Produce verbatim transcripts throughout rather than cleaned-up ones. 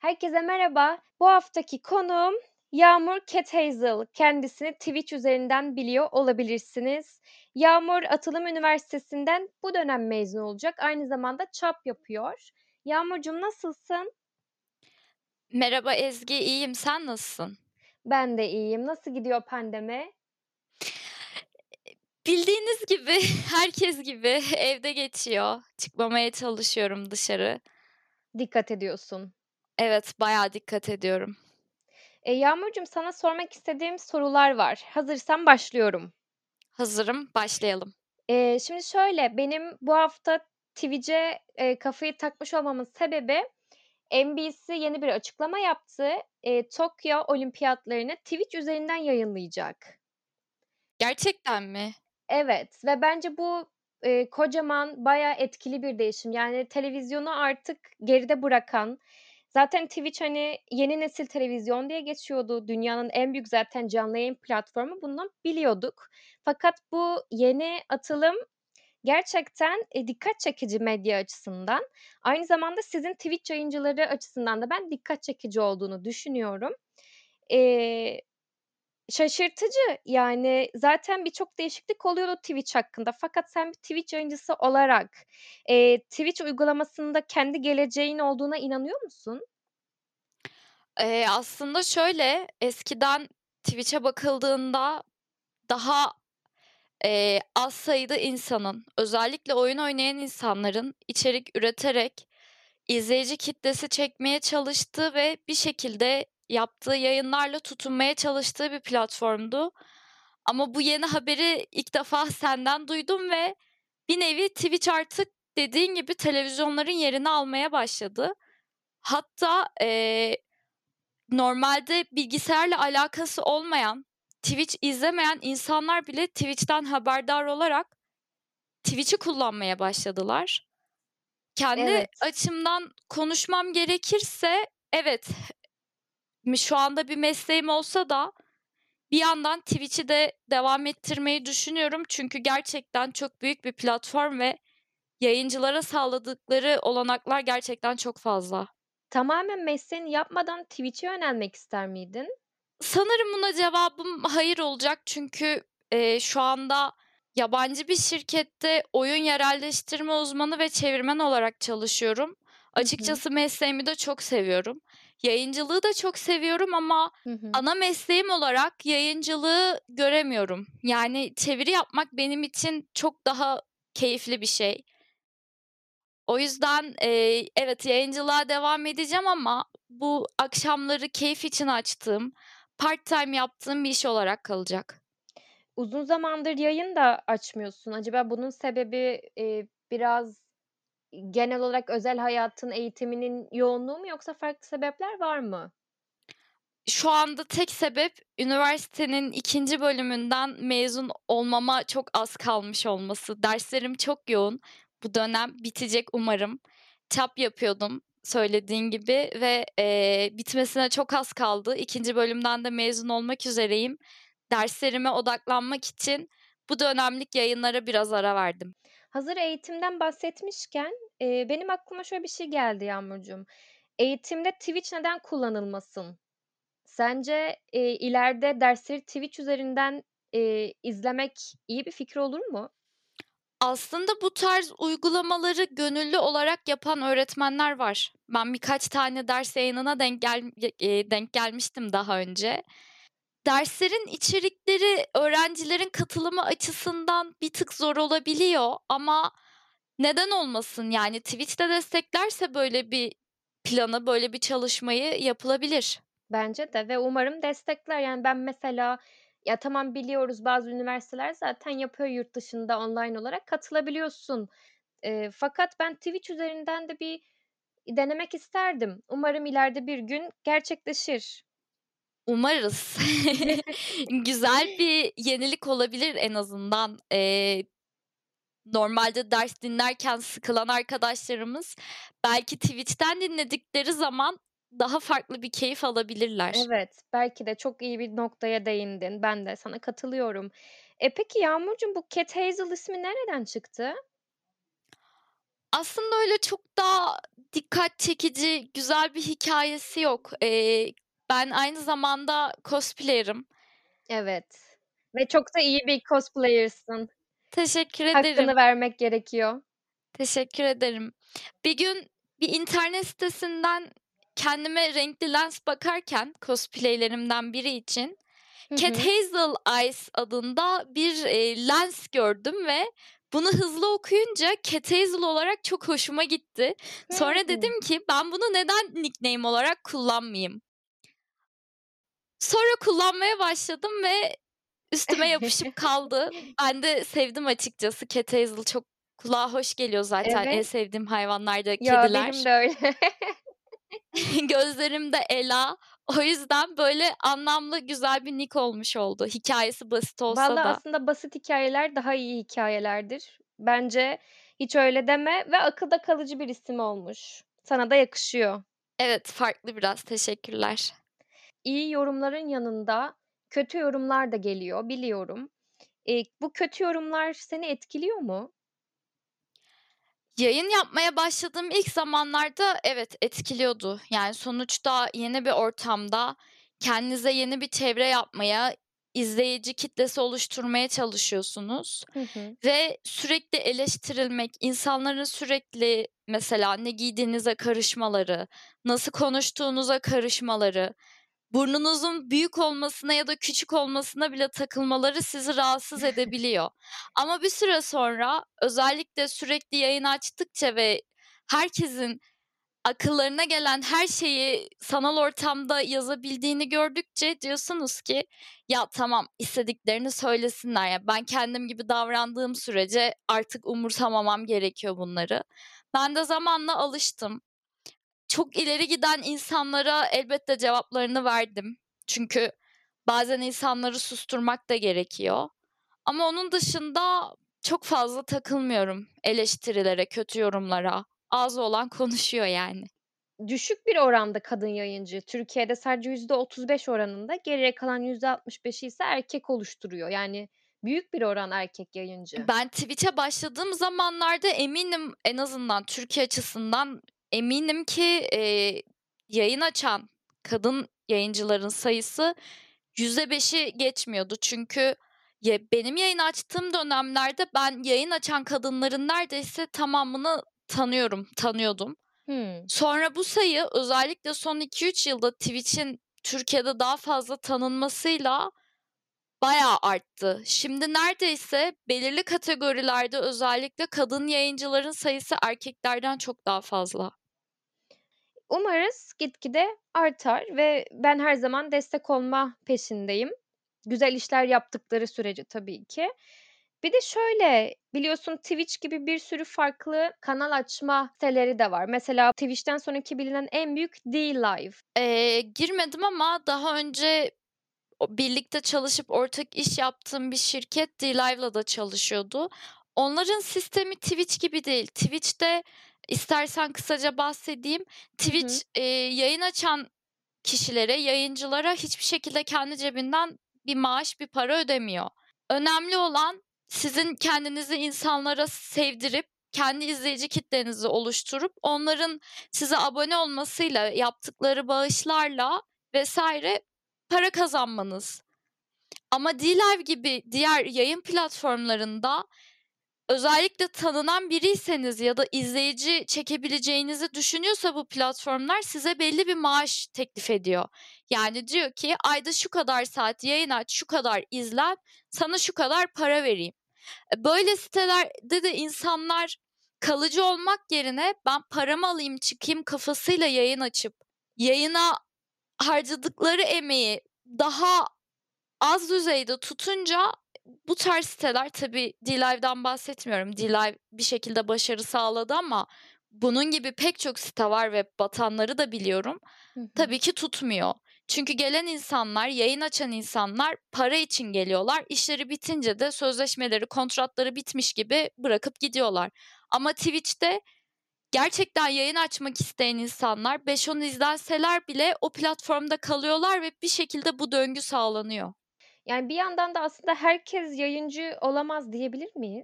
Herkese merhaba. Bu haftaki konuğum Yağmur Kethazel. Kendisini Twitch üzerinden biliyor olabilirsiniz. Yağmur Atılım Üniversitesi'nden bu dönem mezun olacak. Aynı zamanda çap yapıyor. Yağmurcuğum nasılsın? Merhaba Ezgi, iyiyim. Sen nasılsın? Ben de iyiyim. Nasıl gidiyor pandemi? Bildiğiniz gibi, herkes gibi evde geçiyor. Çıkmamaya çalışıyorum dışarı. Dikkat ediyorsun. Evet, bayağı dikkat ediyorum. E, Yağmurcuğum sana sormak istediğim sorular var. Hazırsan başlıyorum. Hazırım, başlayalım. Eee, şimdi şöyle, benim bu hafta Twitch'e, eee, kafayı takmış olmamın sebebi N B C yeni bir açıklama yaptı. Eee, Tokyo Olimpiyatlarını Twitch üzerinden yayınlayacak. Gerçekten mi? Evet ve bence bu, eee, kocaman, bayağı etkili bir değişim. Yani televizyonu artık geride bırakan, zaten Twitch, hani, yeni nesil televizyon diye geçiyordu. Dünyanın en büyük zaten canlı yayın platformu. Bunu biliyorduk. Fakat bu yeni atılım gerçekten, eee, dikkat çekici medya açısından. Aynı zamanda sizin Twitch yayıncıları açısından da ben dikkat çekici olduğunu düşünüyorum. Eee, Şaşırtıcı, yani, zaten birçok değişiklik oluyordu Twitch hakkında fakat sen bir Twitch yayıncısı olarak, eee, Twitch uygulamasında kendi geleceğin olduğuna inanıyor musun? Eee, aslında şöyle, eskiden Twitch'e bakıldığında daha, eee, az sayıda insanın, özellikle oyun oynayan insanların içerik üreterek izleyici kitlesi çekmeye çalıştığı ve bir şekilde yaptığı yayınlarla tutunmaya çalıştığı bir platformdu. Ama bu yeni haberi ilk defa senden duydum ve bir nevi Twitch artık dediğin gibi televizyonların yerini almaya başladı. Hatta, eee, normalde bilgisayarla alakası olmayan, Twitch izlemeyen insanlar bile Twitch'ten haberdar olarak Twitch'i kullanmaya başladılar. Kendi Evet. açımdan konuşmam gerekirse, evet, mi şu anda bir mesleğim olsa da bir yandan Twitch'i de devam ettirmeyi düşünüyorum. Çünkü gerçekten çok büyük bir platform ve yayıncılara sağladıkları olanaklar gerçekten çok fazla. Tamamen mesleğini yapmadan Twitch'e yönelmek ister miydin? Sanırım buna cevabım hayır olacak çünkü, eee, şu anda yabancı bir şirkette oyun yerelleştirme uzmanı ve çevirmen olarak çalışıyorum. Hı hı. Açıkçası mesleğimi de çok seviyorum. Yayıncılığı da çok seviyorum ama Hı hı. ana mesleğim olarak yayıncılığı göremiyorum. Yani çeviri yapmak benim için çok daha keyifli bir şey. O yüzden, eee, evet, yayıncılığa devam edeceğim ama bu akşamları keyif için açtığım, part-time yaptığım bir iş olarak kalacak. Uzun zamandır yayın da açmıyorsun. Acaba bunun sebebi, eee, biraz genel olarak özel hayatın, eğitiminin yoğunluğu mu yoksa farklı sebepler var mı? Şu anda tek sebep üniversitenin ikinci bölümünden mezun olmama çok az kalmış olması. Derslerim çok yoğun. Bu dönem bitecek umarım. Çap yapıyordum söylediğin gibi ve, eee, bitmesine çok az kaldı. ikinci bölümden de mezun olmak üzereyim. Derslerime odaklanmak için bu dönemlik yayınlara biraz ara verdim. Hazır eğitimden bahsetmişken, eee, benim aklıma şöyle bir şey geldi Yağmurcuğum. Eğitimde Twitch neden kullanılmasın? Sence, eee, ileride dersleri Twitch üzerinden, eee, izlemek iyi bir fikir olur mu? Aslında bu tarz uygulamaları gönüllü olarak yapan öğretmenler var. Ben birkaç tane ders yayınına denk gel eee, denk gelmiştim daha önce. Derslerin içerikleri öğrencilerin katılımı açısından bir tık zor olabiliyor ama neden olmasın? Yani Twitch de desteklerse böyle bir planı, böyle bir çalışmayı yapılabilir. Bence de ve umarım destekler. Yani, ben mesela, ya, tamam biliyoruz bazı üniversiteler zaten yapıyor yurt dışında online olarak katılabiliyorsun. Eee, fakat ben Twitch üzerinden de bir denemek isterdim. Umarım ileride bir gün gerçekleşir. Umarız. Güzel bir yenilik olabilir en azından. Eee Normalde ders dinlerken sıkılan arkadaşlarımız belki Twitch'ten dinledikleri zaman daha farklı bir keyif alabilirler. Evet, belki de çok iyi bir noktaya değindin. Ben de sana katılıyorum. E, peki Yağmurcuğum bu Cat Hazel ismi nereden çıktı? Aslında öyle çok da dikkat çekici, güzel bir hikâyesi yok. Eee, ben aynı zamanda cosplayer'ım. Evet ve çok da iyi bir cosplayer'sın. Teşekkür ederim. Hakkını vermek gerekiyor. Teşekkür ederim. Bir gün bir internet sitesinden kendime renkli lens bakarken cosplay'lerimden biri için Hı Cat hı. Hazel Eyes adında bir, eee, lens gördüm ve bunu hızlı okuyunca Cat Hazel olarak çok hoşuma gitti. Sonra Hıı. dedim ki ben bunu neden nickname olarak kullanmayayım? Sonra kullanmaya başladım ve üstüme yapışıp kaldı. Ben de sevdim açıkçası. Cat Hazel çok kulağa hoş geliyor zaten. En Evet. sevdiğim hayvanlar da Ya, benim kediler. de öyle. Gözlerim de ela. O yüzden böyle anlamlı, güzel bir nick olmuş oldu. Hikâyesi basit olsa Valla da. aslında basit hikâyeler daha iyi hikâyelerdir. Bence hiç öyle deme ve akılda kalıcı bir isim olmuş. Sana da yakışıyor. Evet, farklı biraz. Teşekkürler. İyi yorumların yanında kötü yorumlar da geliyor, biliyorum. Eee, bu kötü yorumlar seni etkiliyor mu? Yayın yapmaya başladığım ilk zamanlarda evet, etkiliyordu. Yani sonuçta yeni bir ortamda kendinize yeni bir çevre yapmaya, izleyici kitlesi oluşturmaya çalışıyorsunuz Hı hı. ve sürekli eleştirilmek, insanların sürekli mesela ne giydiğinize karışmaları, nasıl konuştuğunuza karışmaları, burnunuzun büyük olmasına ya da küçük olmasına bile takılmaları sizi rahatsız edebiliyor. Ama bir süre sonra özellikle sürekli yayın açtıkça ve herkesin akıllarına gelen her şeyi sanal ortamda yazabildiğini gördükçe diyorsunuz ki ya tamam istediklerini söylesinler ya ben kendim gibi davrandığım sürece artık umursamamam gerekiyor bunları. Ben de zamanla alıştım. Çok ileri giden insanlara elbette cevaplarını verdim. Çünkü bazen insanları susturmak da gerekiyor. Ama onun dışında çok fazla takılmıyorum eleştirilere, kötü yorumlara. Ağzı olan konuşuyor yani. Düşük bir oranda kadın yayıncı. Türkiye'de sadece yüzde otuz beş oranında, geriye kalan yüzde altmış beşi ise erkek oluşturuyor. Yani büyük bir oran erkek yayıncı. Ben Twitch'e başladığım zamanlarda eminim en azından Türkiye açısından eminim ki, eee, yayın açan kadın yayıncıların sayısı yüzde beşi geçmiyordu. Çünkü ya, benim yayın açtığım dönemlerde ben yayın açan kadınların neredeyse tamamını tanıyorum, tanıyordum. Hımm. Sonra bu sayı özellikle son iki üç yılda Twitch'in Türkiye'de daha fazla tanınmasıyla bayağı arttı. Şimdi neredeyse belirli kategorilerde özellikle kadın yayıncıların sayısı erkeklerden çok daha fazla. Umarız gitgide artar ve ben her zaman destek olma peşindeyim. Güzel işler yaptıkları sürece tabii ki. Bir de şöyle, biliyorsun Twitch gibi bir sürü farklı kanal açma siteleri de var. Mesela Twitch'ten sonraki bilinen en büyük DLive. Eee, girmedim ama daha önce o birlikte çalışıp ortak iş yaptığım bir şirket D-Live'la da çalışıyordu. Onların sistemi Twitch gibi değil. Twitch'te istersen kısaca bahsedeyim. Hı Twitch, hı. eee, yayın açan kişilere, yayıncılara hiçbir şekilde kendi cebinden bir maaş, bir para ödemiyor. Önemli olan sizin kendinizi insanlara sevdirip, kendi izleyici kitlenizi oluşturup, onların size abone olmasıyla, yaptıkları bağışlarla vesaire para kazanmanız. Ama DLive gibi diğer yayın platformlarında özellikle tanınan biriyseniz ya da izleyici çekebileceğinizi düşünüyorsa bu platformlar size belli bir maaş teklif ediyor. Yani diyor ki ayda şu kadar saat yayın aç, şu kadar izlen, sana şu kadar para vereyim. E, böyle sitelerde de insanlar kalıcı olmak yerine ben paramı alayım çıkayım kafasıyla yayın açıp yayına harcadıkları emeği daha az düzeyde tutunca bu tarz siteler tabii DLive'dan bahsetmiyorum. DLive bir şekilde başarı sağladı ama bunun gibi pek çok site var ve batanları da biliyorum. Hı hı. Tabii ki tutmuyor. Çünkü gelen insanlar, yayın açan insanlar para için geliyorlar. İşleri bitince de sözleşmeleri, kontratları bitmiş gibi bırakıp gidiyorlar. Ama Twitch'te gerçekten yayın açmak isteyen insanlar beş on izlenseler bile o platformda kalıyorlar ve bir şekilde bu döngü sağlanıyor. Yani bir yandan da aslında herkes yayıncı olamaz diyebilir miyiz?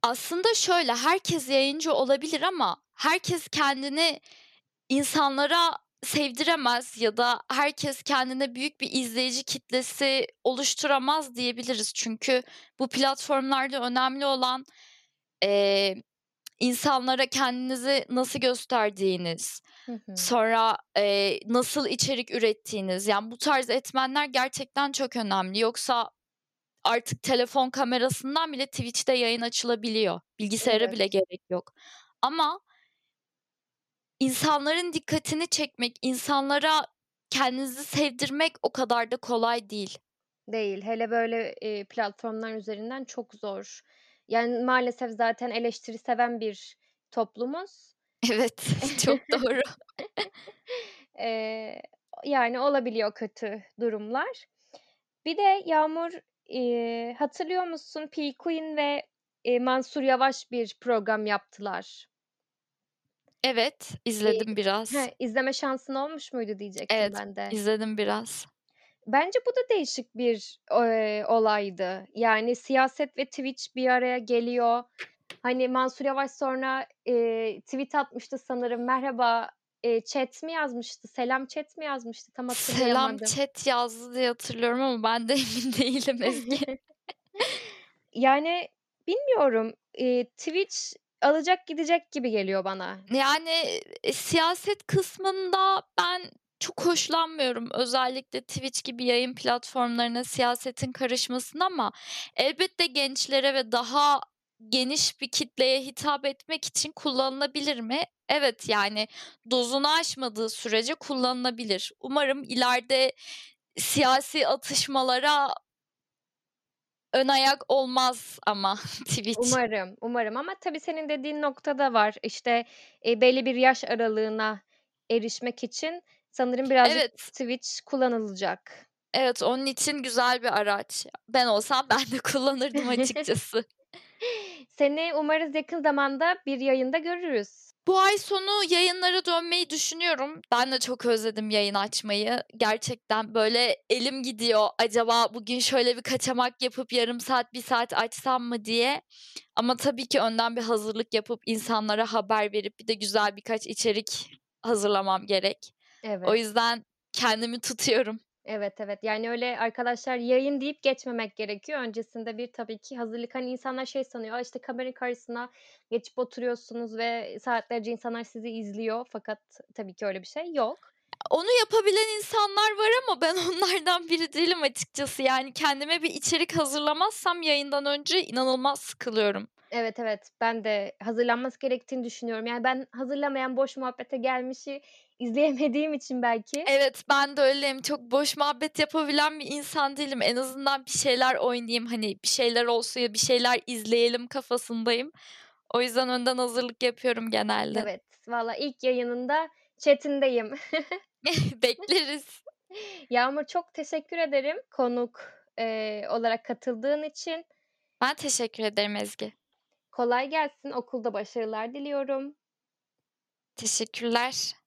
Aslında şöyle, herkes yayıncı olabilir ama herkes kendini insanlara sevdiremez ya da herkes kendine büyük bir izleyici kitlesi oluşturamaz diyebiliriz. Çünkü bu platformlarda önemli olan, eee, insanlara kendinizi nasıl gösterdiğiniz, Hı hı. sonra, eee, nasıl içerik ürettiğiniz, yani bu tarz etmenler gerçekten çok önemli. Yoksa artık telefon kamerasından bile Twitch'te yayın açılabiliyor. Bilgisayara bile Evet. gerek yok. Ama insanların dikkatini çekmek, insanlara kendinizi sevdirmek o kadar da kolay değil. Değil. Hele böyle, eee, platformlar üzerinden çok zor. Yani, maalesef zaten eleştiri seven bir toplumuz. Evet, çok doğru. Eee, yani, olabiliyor kötü durumlar. Bir de Yağmur, eee, hatırlıyor musun? P. Queen ve, eee, Mansur Yavaş bir program yaptılar. Evet, İii, izledim biraz. he, izleme şansın olmuş muydu diyecektim Evet, ben de. izledim biraz. Bence bu da değişik bir, eee, olaydı. Yani, siyaset ve Twitch bir araya geliyor. Hani, Mansur Yavaş sonra, eee, tweet atmıştı sanırım. Merhaba, eee, chat mi yazmıştı, selam chat mi yazmıştı? Tam Selam hatırlayamadım. chat yazdı diye hatırlıyorum ama ben de emin değilim Ezgi. Yani, bilmiyorum. Eee, Twitch alacak gidecek gibi geliyor bana. Yani, eee, siyaset kısmında ben çok hoşlanmıyorum. Özellikle Twitch gibi yayın platformlarına siyasetin karışmasını ama elbette gençlere ve daha geniş bir kitleye hitap etmek için kullanılabilir mi? Evet, yani dozunu aşmadığı sürece kullanılabilir. Umarım ileride siyasi atışmalara ön ayak olmaz ama Twitch. Umarım, umarım ama tabii senin dediğin nokta da var. İşte, eee, belli bir yaş aralığına erişmek için sanırım birazcık Evet. Twitch kullanılacak. Evet, onun için güzel bir araç. Ben olsam ben de kullanırdım açıkçası. Seni umarız yakın zamanda bir yayında görürüz. Bu ay sonu yayınlara dönmeyi düşünüyorum. Ben de çok özledim yayın açmayı. Gerçekten, böyle, elim gidiyor, acaba bugün şöyle bir kaçamak yapıp yarım saat, bir saat açsam mı diye. Ama tabii ki önden bir hazırlık yapıp, insanlara haber verip bir de güzel birkaç içerik hazırlamam gerek. O Evet. yüzden kendimi tutuyorum. Evet, evet. Yani, öyle arkadaşlar yayın deyip geçmemek gerekiyor. Öncesinde bir tabii ki hazırlık. Hani, insanlar şey sanıyor, a, işte, kamera karşısına geçip oturuyorsunuz ve saatlerce insanlar sizi izliyor fakat tabii ki öyle bir şey yok. Onu yapabilen insanlar var ama ben onlardan biri değilim açıkçası. Yani kendime bir içerik hazırlamazsam yayından önce inanılmaz sıkılıyorum. Evet, evet. Ben de hazırlanması gerektiğini düşünüyorum. Yani, ben hazırlamayan, boş muhabbete gelmişi izleyemediğim için belki. Evet, ben de öyleyim. Çok boş muhabbet yapabilen bir insan değilim. En azından bir şeyler oynayayım, hani, bir şeyler olsun ya bir şeyler izleyelim kafasındayım. O yüzden önden hazırlık yapıyorum genelde. Evet, valla ilk yayınında chat'indeyim. Bekleriz. Yağmur, çok teşekkür ederim konuk, eee, olarak katıldığın için. Ben teşekkür ederim Ezgi. Kolay gelsin, okulda başarılar diliyorum. Teşekkürler.